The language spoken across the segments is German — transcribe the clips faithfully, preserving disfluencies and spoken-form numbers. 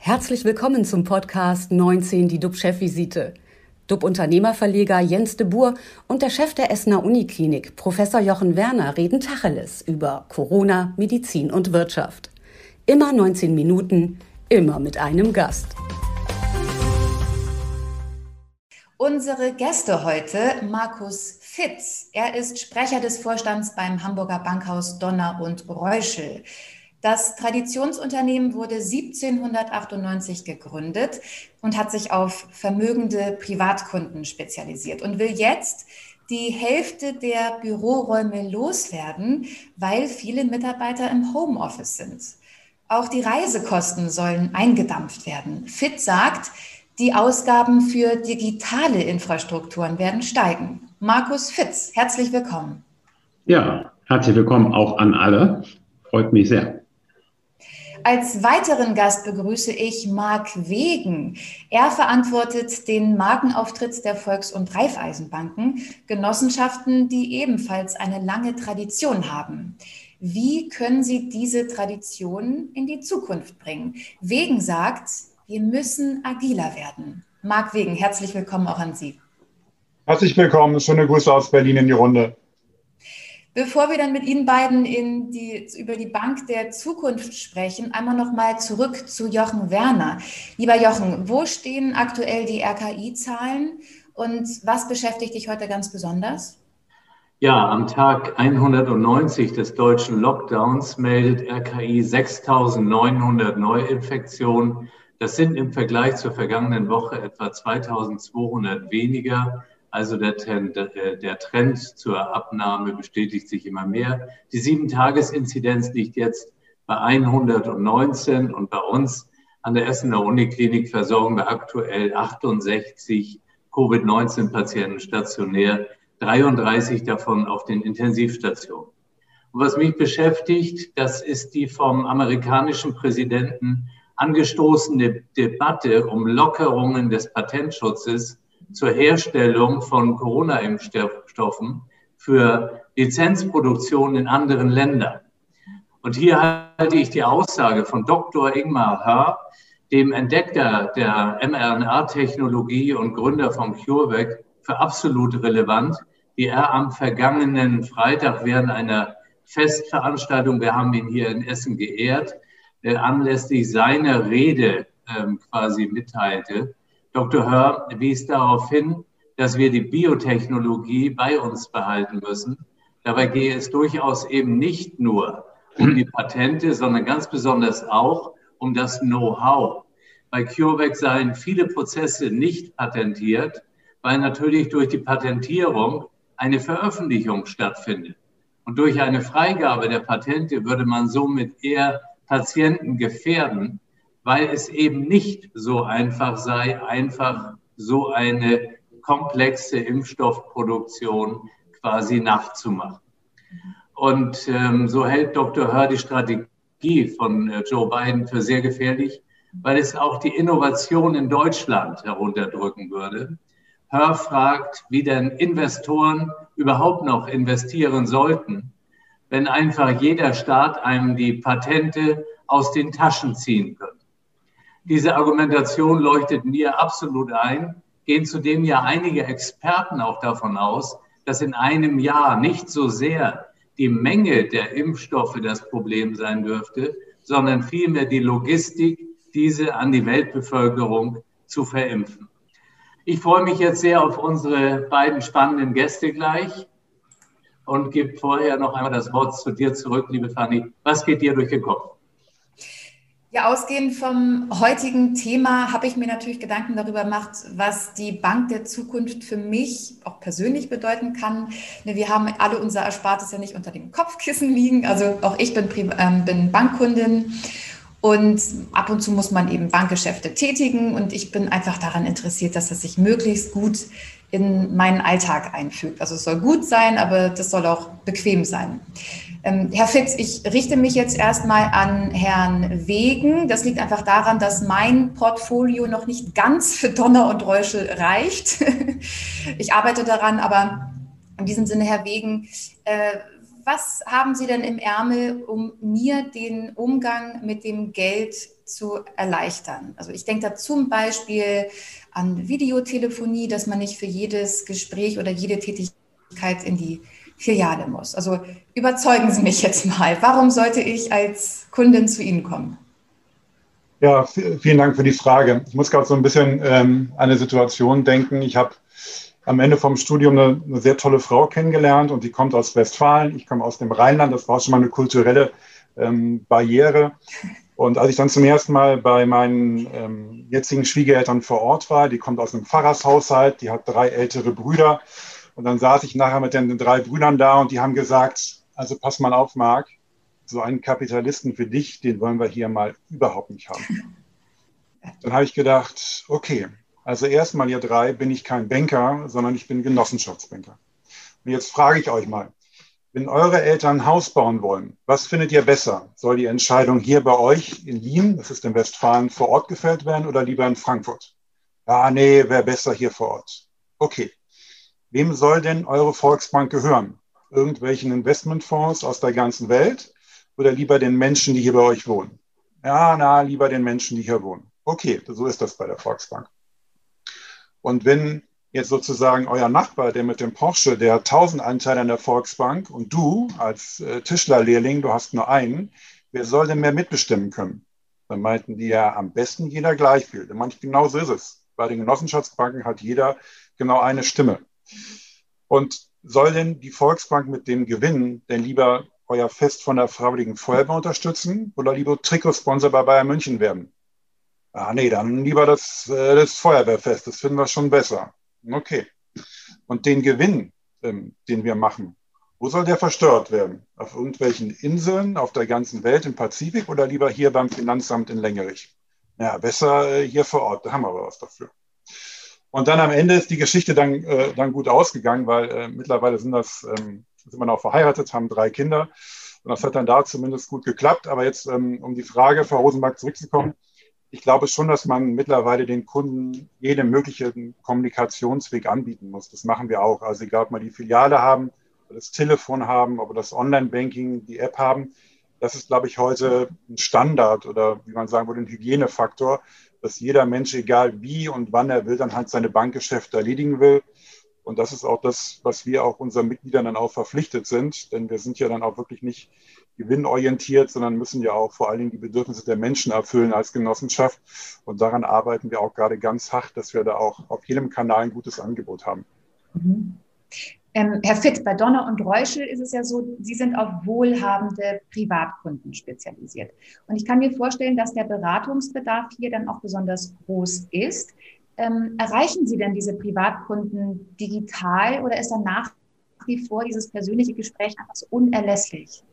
Herzlich willkommen zum Podcast neunzehn, die D U B-Chefvisite. D U B-Unternehmerverleger Jens de Boer und der Chef der Essener Uniklinik, Professor Jochen Werner, reden Tacheles über Corona, Medizin und Wirtschaft. Immer neunzehn Minuten, immer mit einem Gast. Unsere Gäste heute, Markus Fitz. Er ist Sprecher des Vorstands beim Hamburger Bankhaus Donner und Reuschel. Das Traditionsunternehmen wurde siebzehnhundertachtundneunzig gegründet und hat sich auf vermögende Privatkunden spezialisiert und will jetzt die Hälfte der Büroräume loswerden, weil viele Mitarbeiter im Homeoffice sind. Auch die Reisekosten sollen eingedampft werden. Fitz sagt, die Ausgaben für digitale Infrastrukturen werden steigen. Markus Fitz, herzlich willkommen. Ja, herzlich willkommen auch an alle. Freut mich sehr. Als weiteren Gast begrüße ich Marc Wegen. Er verantwortet den Markenauftritt der Volks- und Raiffeisenbanken, Genossenschaften, die ebenfalls eine lange Tradition haben. Wie können Sie diese Tradition in die Zukunft bringen? Wegen sagt, wir müssen agiler werden. Marc Wegen, herzlich willkommen auch an Sie. Herzlich willkommen, schöne Grüße aus Berlin in die Runde. Bevor wir dann mit Ihnen beiden in die, über die Bank der Zukunft sprechen, einmal noch mal zurück zu Jochen Werner. Lieber Jochen, wo stehen aktuell die R K I-Zahlen und was beschäftigt dich heute ganz besonders? Ja, am Tag hundertneunzig des deutschen Lockdowns meldet R K I sechstausendneunhundert Neuinfektionen. Das sind im Vergleich zur vergangenen Woche etwa zweitausendzweihundert weniger. Also der Trend, der Trend zur Abnahme bestätigt sich immer mehr. Die sieben-Tages-Inzidenz liegt jetzt bei hundertneunzehn und bei uns an der Essener Uniklinik versorgen wir aktuell achtundsechzig Covid neunzehn Patienten stationär, dreiunddreißig davon auf den Intensivstationen. Und was mich beschäftigt, das ist die vom amerikanischen Präsidenten angestoßene Debatte um Lockerungen des Patentschutzes zur Herstellung von Corona-Impfstoffen für Lizenzproduktion in anderen Ländern. Und hier halte ich die Aussage von Doktor Ingmar Hör, dem Entdecker der mRNA-Technologie und Gründer von CureVac, für absolut relevant, die er am vergangenen Freitag während einer Festveranstaltung, wir haben ihn hier in Essen geehrt, äh, anlässlich seiner Rede äh, quasi mitteilte. Doktor Hör wies darauf hin, dass wir die Biotechnologie bei uns behalten müssen. Dabei gehe es durchaus eben nicht nur um die Patente, sondern ganz besonders auch um das Know-how. Bei CureVac seien viele Prozesse nicht patentiert, weil natürlich durch die Patentierung eine Veröffentlichung stattfindet. Und durch eine Freigabe der Patente würde man somit eher Patienten gefährden, weil es eben nicht so einfach sei, einfach so eine komplexe Impfstoffproduktion quasi nachzumachen. Und ähm, so hält Doktor Hör die Strategie von äh, Joe Biden für sehr gefährlich, weil es auch die Innovation in Deutschland herunterdrücken würde. Hör fragt, wie denn Investoren überhaupt noch investieren sollten, wenn einfach jeder Staat einem die Patente aus den Taschen ziehen könnte. Diese Argumentation leuchtet mir absolut ein, gehen zudem ja einige Experten auch davon aus, dass in einem Jahr nicht so sehr die Menge der Impfstoffe das Problem sein dürfte, sondern vielmehr die Logistik, diese an die Weltbevölkerung zu verimpfen. Ich freue mich jetzt sehr auf unsere beiden spannenden Gäste gleich und gebe vorher noch einmal das Wort zu dir zurück, liebe Fanny. Was geht dir durch den Kopf? Ja, ausgehend vom heutigen Thema habe ich mir natürlich Gedanken darüber gemacht, was die Bank der Zukunft für mich auch persönlich bedeuten kann. Wir haben alle unser Erspartes ja nicht unter dem Kopfkissen liegen. Also auch ich bin, ähm, bin Bankkundin und ab und zu muss man eben Bankgeschäfte tätigen. Und ich bin einfach daran interessiert, dass das sich möglichst gut in meinen Alltag einfügt. Also es soll gut sein, aber das soll auch bequem sein. Ähm, Herr Fitz, ich richte mich jetzt erstmal an Herrn Wegen. Das liegt einfach daran, dass mein Portfolio noch nicht ganz für Donner und Reuschel reicht. Ich arbeite daran, aber in diesem Sinne, Herr Wegen, äh, was haben Sie denn im Ärmel, um mir den Umgang mit dem Geld zu erleichtern? Also ich denke da zum Beispiel an Videotelefonie, dass man nicht für jedes Gespräch oder jede Tätigkeit in die Filiale muss. Also überzeugen Sie mich jetzt mal. Warum sollte ich als Kundin zu Ihnen kommen? Ja, vielen Dank für die Frage. Ich muss gerade so ein bisschen ähm, an eine Situation denken. Ich habe am Ende vom Studium eine, eine sehr tolle Frau kennengelernt und die kommt aus Westfalen. Ich komme aus dem Rheinland. Das war schon mal eine kulturelle ähm, Barriere. Und als ich dann zum ersten Mal bei meinen ähm, jetzigen Schwiegereltern vor Ort war, die kommt aus einem Pfarrershaushalt, die hat drei ältere Brüder. Und dann saß ich nachher mit den drei Brüdern da und die haben gesagt, also pass mal auf, Marc, so einen Kapitalisten für dich, den wollen wir hier mal überhaupt nicht haben. Dann habe ich gedacht, okay, also erstmal ihr drei bin ich kein Banker, sondern ich bin Genossenschaftsbanker. Und jetzt frage ich euch mal, wenn eure Eltern ein Haus bauen wollen, was findet ihr besser? Soll die Entscheidung hier bei euch in Wien, das ist in Westfalen, vor Ort gefällt werden oder lieber in Frankfurt? Ah, nee, wäre besser hier vor Ort. Okay. Wem soll denn eure Volksbank gehören? Irgendwelchen Investmentfonds aus der ganzen Welt oder lieber den Menschen, die hier bei euch wohnen? Ja, na, lieber den Menschen, die hier wohnen. Okay, so ist das bei der Volksbank. Und wenn jetzt sozusagen euer Nachbar, der mit dem Porsche, der hat tausend Anteile an der Volksbank und du als äh, Tischlerlehrling, du hast nur einen, wer soll denn mehr mitbestimmen können? Dann meinten die ja am besten jeder gleich viel. Dann meinte ich, genau so ist es. Bei den Genossenschaftsbanken hat jeder genau eine Stimme. Und soll denn die Volksbank mit dem Gewinn denn lieber euer Fest von der Freiwilligen Feuerwehr unterstützen oder lieber Trikotsponsor bei Bayern München werden? Ah, nee, dann lieber das, äh, das Feuerwehrfest, das finden wir schon besser. Okay. Und den Gewinn, ähm, den wir machen, wo soll der versteuert werden? Auf irgendwelchen Inseln auf der ganzen Welt im Pazifik oder lieber hier beim Finanzamt in Längerich? Ja, besser äh, hier vor Ort, da haben wir aber was dafür. Und dann am Ende ist die Geschichte dann, äh, dann gut ausgegangen, weil äh, mittlerweile sind das, ähm, sind wir noch verheiratet, haben drei Kinder. Und das hat dann da zumindest gut geklappt. Aber jetzt, ähm, um die Frage, Frau Rosenberg, zurückzukommen. Ich glaube schon, dass man mittlerweile den Kunden jeden möglichen Kommunikationsweg anbieten muss. Das machen wir auch. Also egal, ob wir die Filiale haben, oder das Telefon haben, ob wir das Online-Banking, die App haben. Das ist, glaube ich, heute ein Standard oder wie man sagen würde, ein Hygienefaktor, dass jeder Mensch, egal wie und wann er will, dann halt seine Bankgeschäfte erledigen will. Und das ist auch das, was wir auch unseren Mitgliedern dann auch verpflichtet sind. Denn wir sind ja dann auch wirklich nicht gewinnorientiert, sondern müssen ja auch vor allen Dingen die Bedürfnisse der Menschen erfüllen als Genossenschaft. Und daran arbeiten wir auch gerade ganz hart, dass wir da auch auf jedem Kanal ein gutes Angebot haben. Mhm. Ähm, Herr Fitt, bei Donner und Reuschel ist es ja so, Sie sind auf wohlhabende Privatkunden spezialisiert. Und ich kann mir vorstellen, dass der Beratungsbedarf hier dann auch besonders groß ist. Ähm, erreichen Sie denn diese Privatkunden digital oder ist dann nach wie vor dieses persönliche Gespräch einfach so unerlässlich?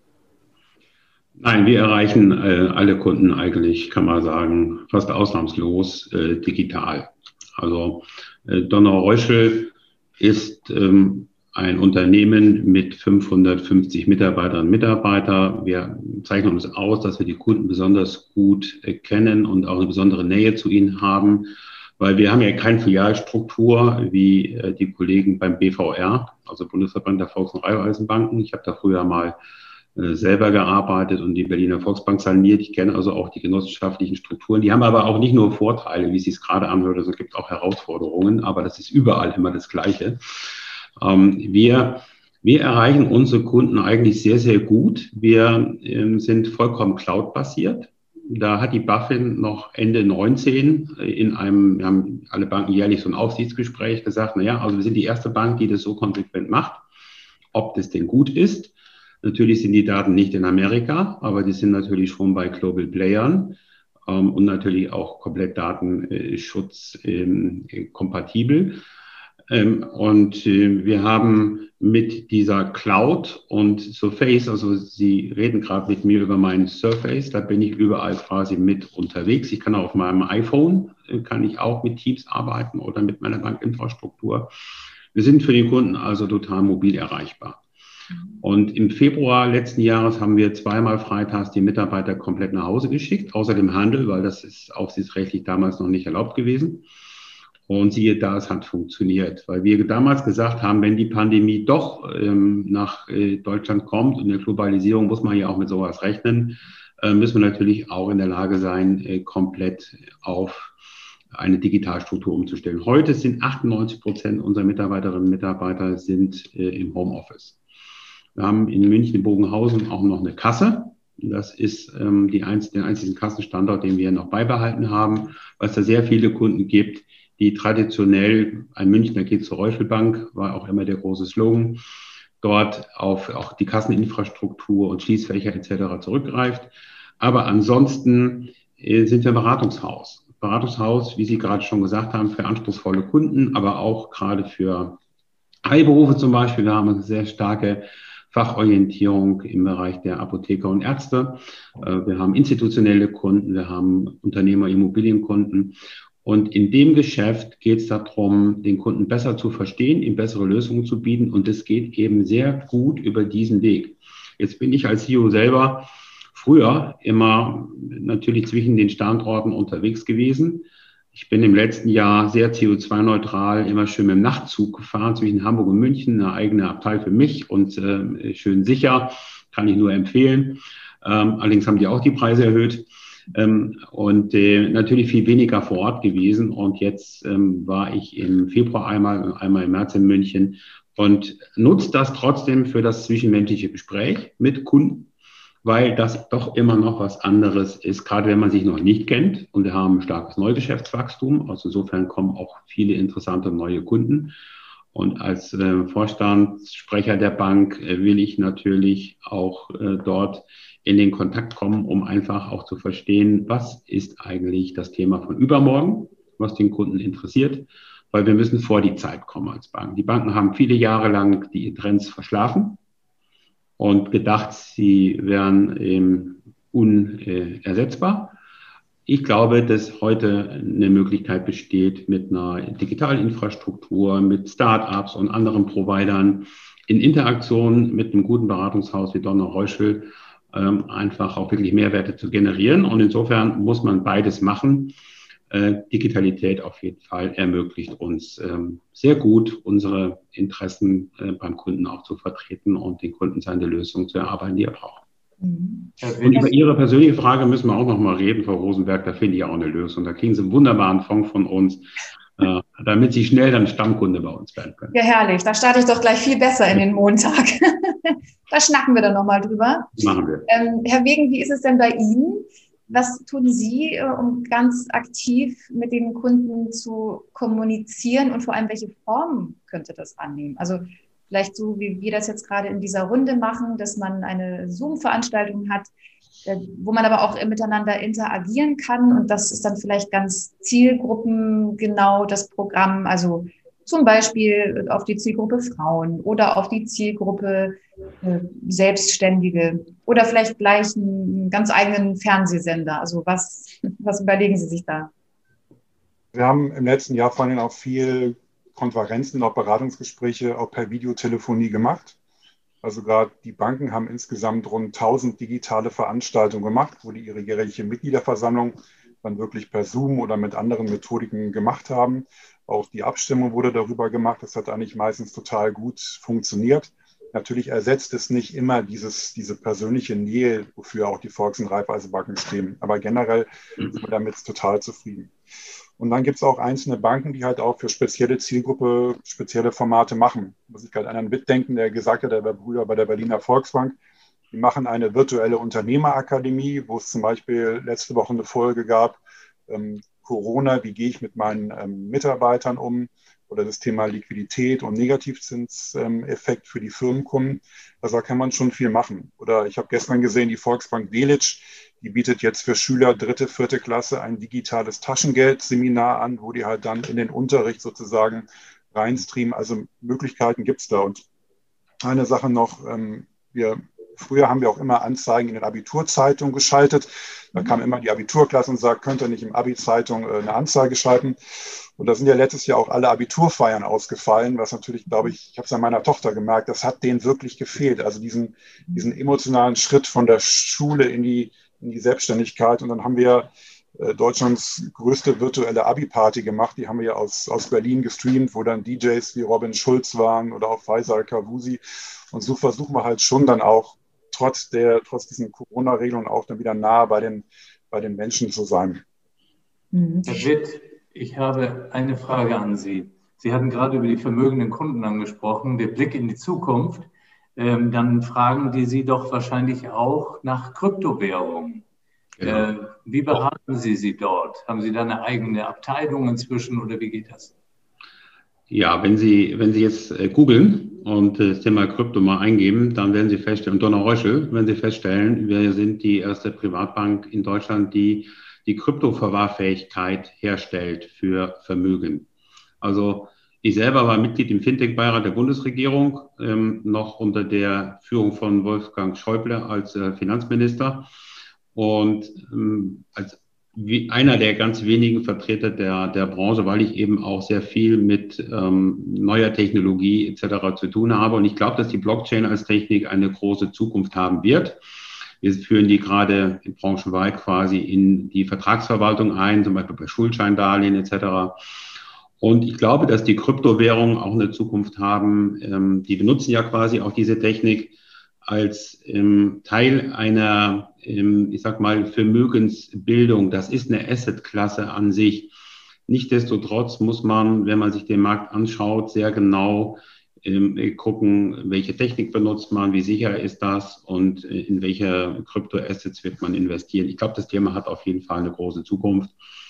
Nein, wir erreichen äh, alle Kunden eigentlich, kann man sagen, fast ausnahmslos äh, digital. Also äh, Donner Reuschel ist ähm, ein Unternehmen mit fünfhundertfünfzig Mitarbeiterinnen und Mitarbeitern. Wir zeichnen uns aus, dass wir die Kunden besonders gut äh, kennen und auch eine besondere Nähe zu ihnen haben, weil wir haben ja keine Filialstruktur wie äh, die Kollegen beim B V R, also Bundesverband der Volks- und Raiffeisenbanken. Ich habe da früher mal äh, selber gearbeitet und die Berliner Volksbank saniert. Ich kenne also auch die genossenschaftlichen Strukturen. Die haben aber auch nicht nur Vorteile, wie es sich gerade anhört, also es gibt auch Herausforderungen, aber das ist überall immer das Gleiche. Ähm, wir, wir erreichen unsere Kunden eigentlich sehr, sehr gut. Wir ähm, sind vollkommen cloud-basiert. Da hat die BaFin noch Ende neunzehn in einem, wir haben alle Banken jährlich so ein Aufsichtsgespräch gesagt, naja, also wir sind die erste Bank, die das so konsequent macht. Ob das denn gut ist? Natürlich sind die Daten nicht in Amerika, aber die sind natürlich schon bei Global Playern ähm, und natürlich auch komplett Datenschutz ähm, kompatibel. Ähm, und äh, wir haben mit dieser Cloud und Surface, also Sie reden gerade mit mir über meinen Surface, da bin ich überall quasi mit unterwegs. Ich kann auch auf meinem iPhone, äh, kann ich auch mit Teams arbeiten oder mit meiner Bankinfrastruktur. Wir sind für den Kunden also total mobil erreichbar. Und im Februar letzten Jahres haben wir zweimal freitags die Mitarbeiter komplett nach Hause geschickt, außer dem Handel, weil das ist aufsichtsrechtlich damals noch nicht erlaubt gewesen. Und siehe da, es hat funktioniert, weil wir damals gesagt haben, wenn die Pandemie doch ähm, nach äh, Deutschland kommt und in der Globalisierung muss man ja auch mit sowas rechnen, äh, müssen wir natürlich auch in der Lage sein, äh, komplett auf eine Digitalstruktur umzustellen. Heute sind achtundneunzig Prozent unserer Mitarbeiterinnen und Mitarbeiter sind äh, im Homeoffice. Wir haben in München, in Bogenhausen auch noch eine Kasse. Das ist ähm, die einz- der einzige Kassenstandort, den wir noch beibehalten haben, weil es da sehr viele Kunden gibt, die traditionell, ein Münchner geht zur Reuschelbank, war auch immer der große Slogan, dort auf auch die Kasseninfrastruktur und Schließfächer et cetera zurückgreift. Aber ansonsten äh, sind wir Beratungshaus. Beratungshaus, wie Sie gerade schon gesagt haben, für anspruchsvolle Kunden, aber auch gerade für Heilberufe zum Beispiel. Wir haben eine sehr starke Fachorientierung im Bereich der Apotheker und Ärzte. Äh, wir haben institutionelle Kunden, wir haben Unternehmer, Immobilienkunden. Und in dem Geschäft geht es darum, den Kunden besser zu verstehen, ihm bessere Lösungen zu bieten. Und das geht eben sehr gut über diesen Weg. Jetzt bin ich als C E O selber früher immer natürlich zwischen den Standorten unterwegs gewesen. Ich bin im letzten Jahr sehr C O zwei neutral immer schön mit dem Nachtzug gefahren zwischen Hamburg und München, eine eigene Abteil für mich und äh, schön sicher, kann ich nur empfehlen. Ähm, allerdings haben die auch die Preise erhöht. Ähm, und äh, natürlich viel weniger vor Ort gewesen. Und jetzt ähm, war ich im Februar einmal, einmal im März in München und nutze das trotzdem für das zwischenmenschliche Gespräch mit Kunden, weil das doch immer noch was anderes ist, gerade wenn man sich noch nicht kennt. Und wir haben ein starkes Neugeschäftswachstum. Also insofern kommen auch viele interessante neue Kunden. Und als äh, Vorstandssprecher der Bank äh, will ich natürlich auch äh, dort in den Kontakt kommen, um einfach auch zu verstehen, was ist eigentlich das Thema von übermorgen, was den Kunden interessiert, weil wir müssen vor die Zeit kommen als Bank. Die Banken haben viele Jahre lang die Trends verschlafen und gedacht, sie wären ähm, unersetzbar. Ich glaube, dass heute eine Möglichkeit besteht, mit einer Digitalinfrastruktur, mit Start-ups und anderen Providern in Interaktion mit einem guten Beratungshaus wie Donner Reuschel ähm, einfach auch wirklich Mehrwerte zu generieren. Und insofern muss man beides machen. Äh, Digitalität auf jeden Fall ermöglicht uns ähm, sehr gut, unsere Interessen äh, beim Kunden auch zu vertreten und den Kunden seine Lösung zu erarbeiten, die er braucht. Und über Ihre persönliche Frage müssen wir auch noch mal reden, Frau Rosenberg. Da finde ich auch eine Lösung. Da kriegen Sie einen wunderbaren Fonds von uns, äh, damit Sie schnell dann Stammkunde bei uns werden können. Ja, herrlich. Da starte ich doch gleich viel besser in den Montag. Da schnacken wir dann noch mal drüber. Machen wir. Ähm, Herr Wegen, wie ist es denn bei Ihnen? Was tun Sie, um ganz aktiv mit den Kunden zu kommunizieren und vor allem, welche Form könnte das annehmen? Also vielleicht so, wie wir das jetzt gerade in dieser Runde machen, dass man eine Zoom-Veranstaltung hat, wo man aber auch miteinander interagieren kann. Und das ist dann vielleicht ganz zielgruppengenau das Programm, also zum Beispiel auf die Zielgruppe Frauen oder auf die Zielgruppe äh, Selbstständige oder vielleicht gleich einen ganz eigenen Fernsehsender. Also was, was überlegen Sie sich da? Wir haben im letzten Jahr vor allem auch viel Konferenzen, auch Beratungsgespräche auch per Videotelefonie gemacht. Also gerade die Banken haben insgesamt rund tausend digitale Veranstaltungen gemacht, wo die ihre jährliche Mitgliederversammlung dann wirklich per Zoom oder mit anderen Methodiken gemacht haben. Auch die Abstimmung wurde darüber gemacht. Das hat eigentlich meistens total gut funktioniert. Natürlich ersetzt es nicht immer dieses, diese persönliche Nähe, wofür auch die Volks- und Raiffeisenbanken stehen. Aber generell sind wir damit total zufrieden. Und dann gibt es auch einzelne Banken, die halt auch für spezielle Zielgruppe spezielle Formate machen. Muss ich gerade an einen mitdenken, der gesagt hat, der war Brüder bei der Berliner Volksbank. Die machen eine virtuelle Unternehmerakademie, wo es zum Beispiel letzte Woche eine Folge gab, ähm, Corona, wie gehe ich mit meinen ähm, Mitarbeitern um? Oder das Thema Liquidität und Negativzinseffekt für die Firmenkunden. Also da kann man schon viel machen. Oder ich habe gestern gesehen, die Volksbank Delitzsch, die bietet jetzt für Schüler dritte, vierte Klasse ein digitales Taschengeldseminar an, wo die halt dann in den Unterricht sozusagen reinstreamen. Also Möglichkeiten gibt es da. Und eine Sache noch, ähm, wir früher haben wir auch immer Anzeigen in den Abiturzeitungen geschaltet. Da kam immer die Abiturklasse und sagt, könnt ihr nicht im Abi-Zeitung äh, eine Anzeige schalten? Und da sind ja letztes Jahr auch alle Abiturfeiern ausgefallen, was natürlich, glaube ich, ich habe es an meiner Tochter gemerkt, das hat denen wirklich gefehlt. Also diesen, diesen emotionalen Schritt von der Schule in die, in die Selbstständigkeit. Und dann haben wir äh, Deutschlands größte virtuelle Abi-Party gemacht. Die haben wir ja aus, aus Berlin gestreamt, wo dann D Js wie Robin Schulz waren oder auch Faisal Kavusi. Und so versuchen wir halt schon dann auch trotz der, trotz diesen Corona-Regelungen auch dann wieder nah bei den, bei den Menschen zu sein. Herr Witt, ich habe eine Frage an Sie. Sie hatten gerade über die vermögenden Kunden angesprochen, der Blick in die Zukunft. Ähm, dann fragen die Sie doch wahrscheinlich auch nach Kryptowährungen. Genau. Äh, wie beraten Sie sie dort? Haben Sie da eine eigene Abteilung inzwischen oder wie geht das? Ja, wenn Sie, wenn Sie jetzt äh, googeln und äh, das Thema Krypto mal eingeben, dann werden Sie feststellen, Donner Reuschel, wenn Sie feststellen, wir sind die erste Privatbank in Deutschland, die die Kryptoverwahrfähigkeit herstellt für Vermögen. Also ich selber war Mitglied im Fintech-Beirat der Bundesregierung, ähm, noch unter der Führung von Wolfgang Schäuble als äh, Finanzminister und ähm, als wie einer der ganz wenigen Vertreter der, der Branche, weil ich eben auch sehr viel mit ähm, neuer Technologie et cetera zu tun habe. Und ich glaube, dass die Blockchain als Technik eine große Zukunft haben wird. Wir führen die gerade branchenweit quasi in die Vertragsverwaltung ein, zum Beispiel bei Schuldscheindarlehen et cetera. Und ich glaube, dass die Kryptowährungen auch eine Zukunft haben. Ähm, die benutzen ja quasi auch diese Technik als ähm, Teil einer, ähm, ich sag mal, Vermögensbildung. Das ist eine Assetklasse an sich. Nichtsdestotrotz muss man, wenn man sich den Markt anschaut, sehr genau ähm, gucken, welche Technik benutzt man, wie sicher ist das und äh, in welche Kryptoassets wird man investieren. Ich glaube, das Thema hat auf jeden Fall eine große Zukunft.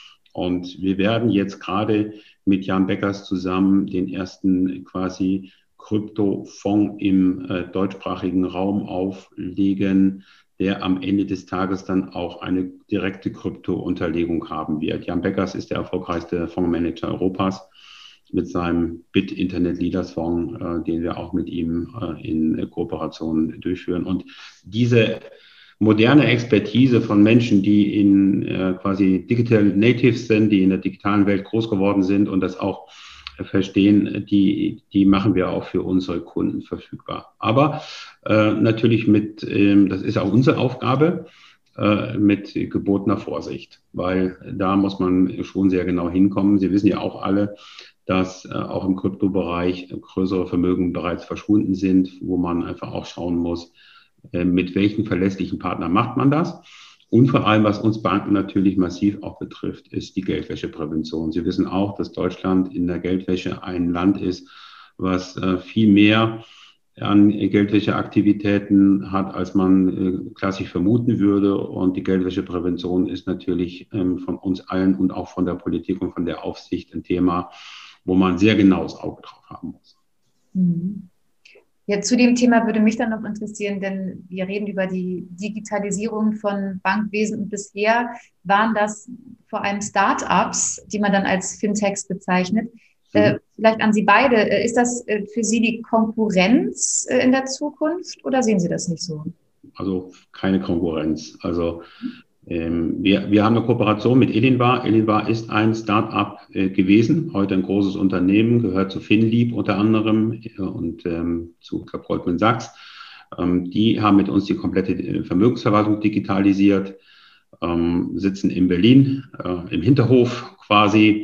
Und wir werden jetzt gerade mit Jan Beckers zusammen den ersten quasi Kryptofonds im äh, deutschsprachigen Raum auflegen, der am Ende des Tages dann auch eine direkte Krypto-Unterlegung haben wird. Jan Beckers ist der erfolgreichste Fondsmanager Europas mit seinem B I T Internet Leaders Fonds, äh, den wir auch mit ihm äh, in Kooperation durchführen. Und diese moderne Expertise von Menschen, die in äh, quasi Digital Natives sind, die in der digitalen Welt groß geworden sind und das auch äh, verstehen, die, die machen wir auch für unsere Kunden verfügbar. Aber äh, natürlich mit, ähm, das ist auch unsere Aufgabe, äh, mit gebotener Vorsicht, weil da muss man schon sehr genau hinkommen. Sie wissen ja auch alle, dass äh, auch im Kryptobereich größere Vermögen bereits verschwunden sind, wo man einfach auch schauen muss, mit welchen verlässlichen Partnern macht man das? Und vor allem, was uns Banken natürlich massiv auch betrifft, ist die Geldwäscheprävention. Sie wissen auch, dass Deutschland in der Geldwäsche ein Land ist, was äh, viel mehr an Geldwäscheaktivitäten hat, als man äh, klassisch vermuten würde. Und die Geldwäscheprävention ist natürlich ähm, von uns allen und auch von der Politik und von der Aufsicht ein Thema, wo man sehr genaues Auge drauf haben muss. Mhm. Ja, zu dem Thema würde mich dann noch interessieren, denn wir reden über die Digitalisierung von Bankwesen und bisher waren das vor allem Start-ups, die man dann als Fintechs bezeichnet. Mhm. Äh, vielleicht an Sie beide. Ist das für Sie die Konkurrenz in der Zukunft oder sehen Sie das nicht so? Also keine Konkurrenz. Also ähm, wir, wir haben eine Kooperation mit Elinbar. Elinbar ist ein Start-up äh, gewesen, heute ein großes Unternehmen, gehört zu Finlieb unter anderem äh, und ähm, zu Goldman Sachs. Ähm, die haben mit uns die komplette Vermögensverwaltung digitalisiert, ähm, sitzen in Berlin, äh, im Hinterhof quasi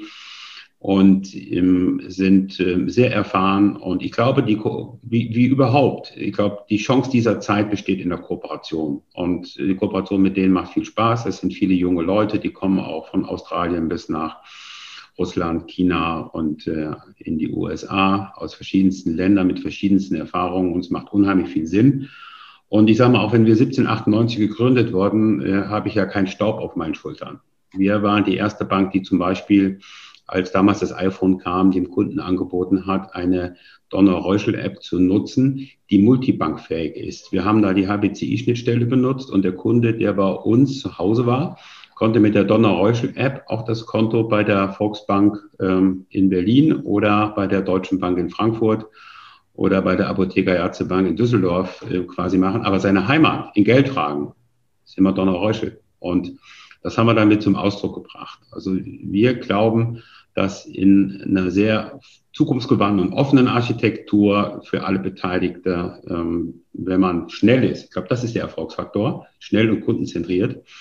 und ähm, sind äh, sehr erfahren. Und ich glaube, die, wie, wie überhaupt, ich glaube, die Chance dieser Zeit besteht in der Kooperation. Und die Kooperation mit denen macht viel Spaß. Es sind viele junge Leute, die kommen auch von Australien bis nach Russland, China und äh, in die U S A, aus verschiedensten Ländern mit verschiedensten Erfahrungen. Und es macht unheimlich viel Sinn. Und ich sage mal, auch wenn wir siebzehnhundertachtundneunzig gegründet wurden, äh, habe ich ja keinen Staub auf meinen Schultern. Wir waren die erste Bank, die zum Beispiel, als damals das iPhone kam, dem Kunden angeboten hat, eine Donner-Reuschel-App zu nutzen, die multibankfähig ist. Wir haben da die H B C I-Schnittstelle benutzt und der Kunde, der bei uns zu Hause war, konnte mit der Donner-Reuschel-App auch das Konto bei der Volksbank ähm, in Berlin oder bei der Deutschen Bank in Frankfurt oder bei der Apotheker Ärztebank in Düsseldorf äh, quasi machen. Aber seine Heimat in Geldfragen ist immer Donner-Reuschel. Und das haben wir damit zum Ausdruck gebracht. Also wir glauben, dass in einer sehr zukunftsgewandten und offenen Architektur für alle Beteiligten, ähm, wenn man schnell ist, ich glaube, das ist der Erfolgsfaktor, schnell und kundenzentriert,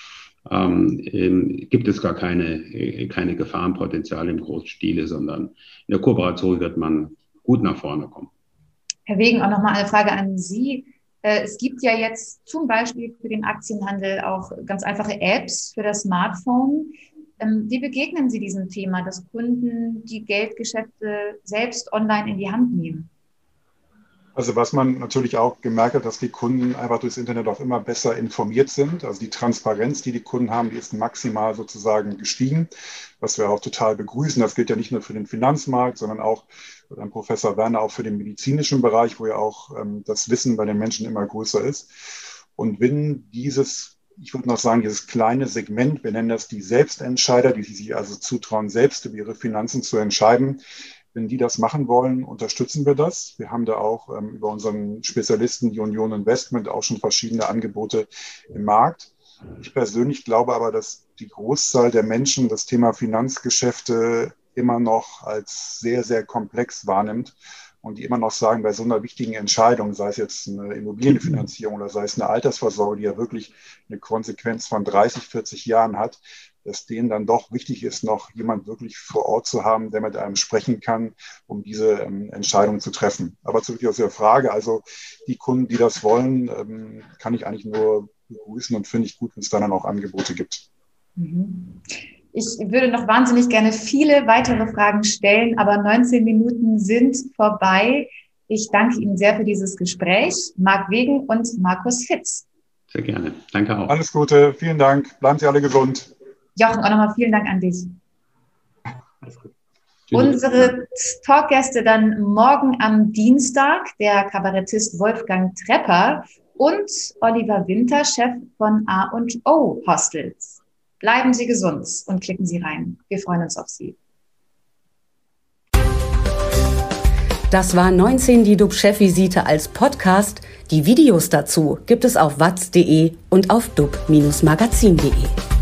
ähm, ähm, gibt es gar keine, äh, keine Gefahrenpotenziale im großen Stile, sondern in der Kooperation wird man gut nach vorne kommen. Herr Wegen, auch nochmal eine Frage an Sie. Es gibt ja jetzt zum Beispiel für den Aktienhandel auch ganz einfache Apps für das Smartphone. Wie begegnen Sie diesem Thema, dass Kunden die Geldgeschäfte selbst online in die Hand nehmen? Also was man natürlich auch gemerkt hat, dass die Kunden einfach durchs Internet auch immer besser informiert sind. Also die Transparenz, die die Kunden haben, die ist maximal sozusagen gestiegen, was wir auch total begrüßen. Das gilt ja nicht nur für den Finanzmarkt, sondern auch, ähm, Professor Werner, auch für den medizinischen Bereich, wo ja auch ähm, das Wissen bei den Menschen immer größer ist. Und wenn dieses, ich würde noch sagen, dieses kleine Segment, wir nennen das die Selbstentscheider, die sich also zutrauen, selbst über ihre Finanzen zu entscheiden, wenn die das machen wollen, unterstützen wir das. Wir haben da auch ähm, über unseren Spezialisten, die Union Investment, auch schon verschiedene Angebote im Markt. Ich persönlich glaube aber, dass die Großzahl der Menschen das Thema Finanzgeschäfte immer noch als sehr, sehr komplex wahrnimmt und die immer noch sagen, bei so einer wichtigen Entscheidung, sei es jetzt eine Immobilienfinanzierung oder sei es eine Altersvorsorge, die ja wirklich eine Konsequenz von dreißig, vierzig Jahren hat, dass denen dann doch wichtig ist, noch jemand wirklich vor Ort zu haben, der mit einem sprechen kann, um diese ähm, Entscheidung zu treffen. Aber zurück aus der Frage, also die Kunden, die das wollen, ähm, kann ich eigentlich nur begrüßen und finde ich gut, wenn es dann auch Angebote gibt. Ich würde noch wahnsinnig gerne viele weitere Fragen stellen, aber neunzehn Minuten sind vorbei. Ich danke Ihnen sehr für dieses Gespräch. Marc Wegen und Markus Fitz. Sehr gerne. Danke auch. Alles Gute. Vielen Dank. Bleiben Sie alle gesund. Jochen, auch nochmal vielen Dank an dich. Alles gut. Unsere Talkgäste dann morgen am Dienstag, der Kabarettist Wolfgang Trepper und Oliver Winter, Chef von A und O Hostels. Bleiben Sie gesund und klicken Sie rein. Wir freuen uns auf Sie. Das war neunzehn die D U B-Chefvisite als Podcast. Die Videos dazu gibt es auf watz punkt de und auf dub Bindestrich magazin punkt de.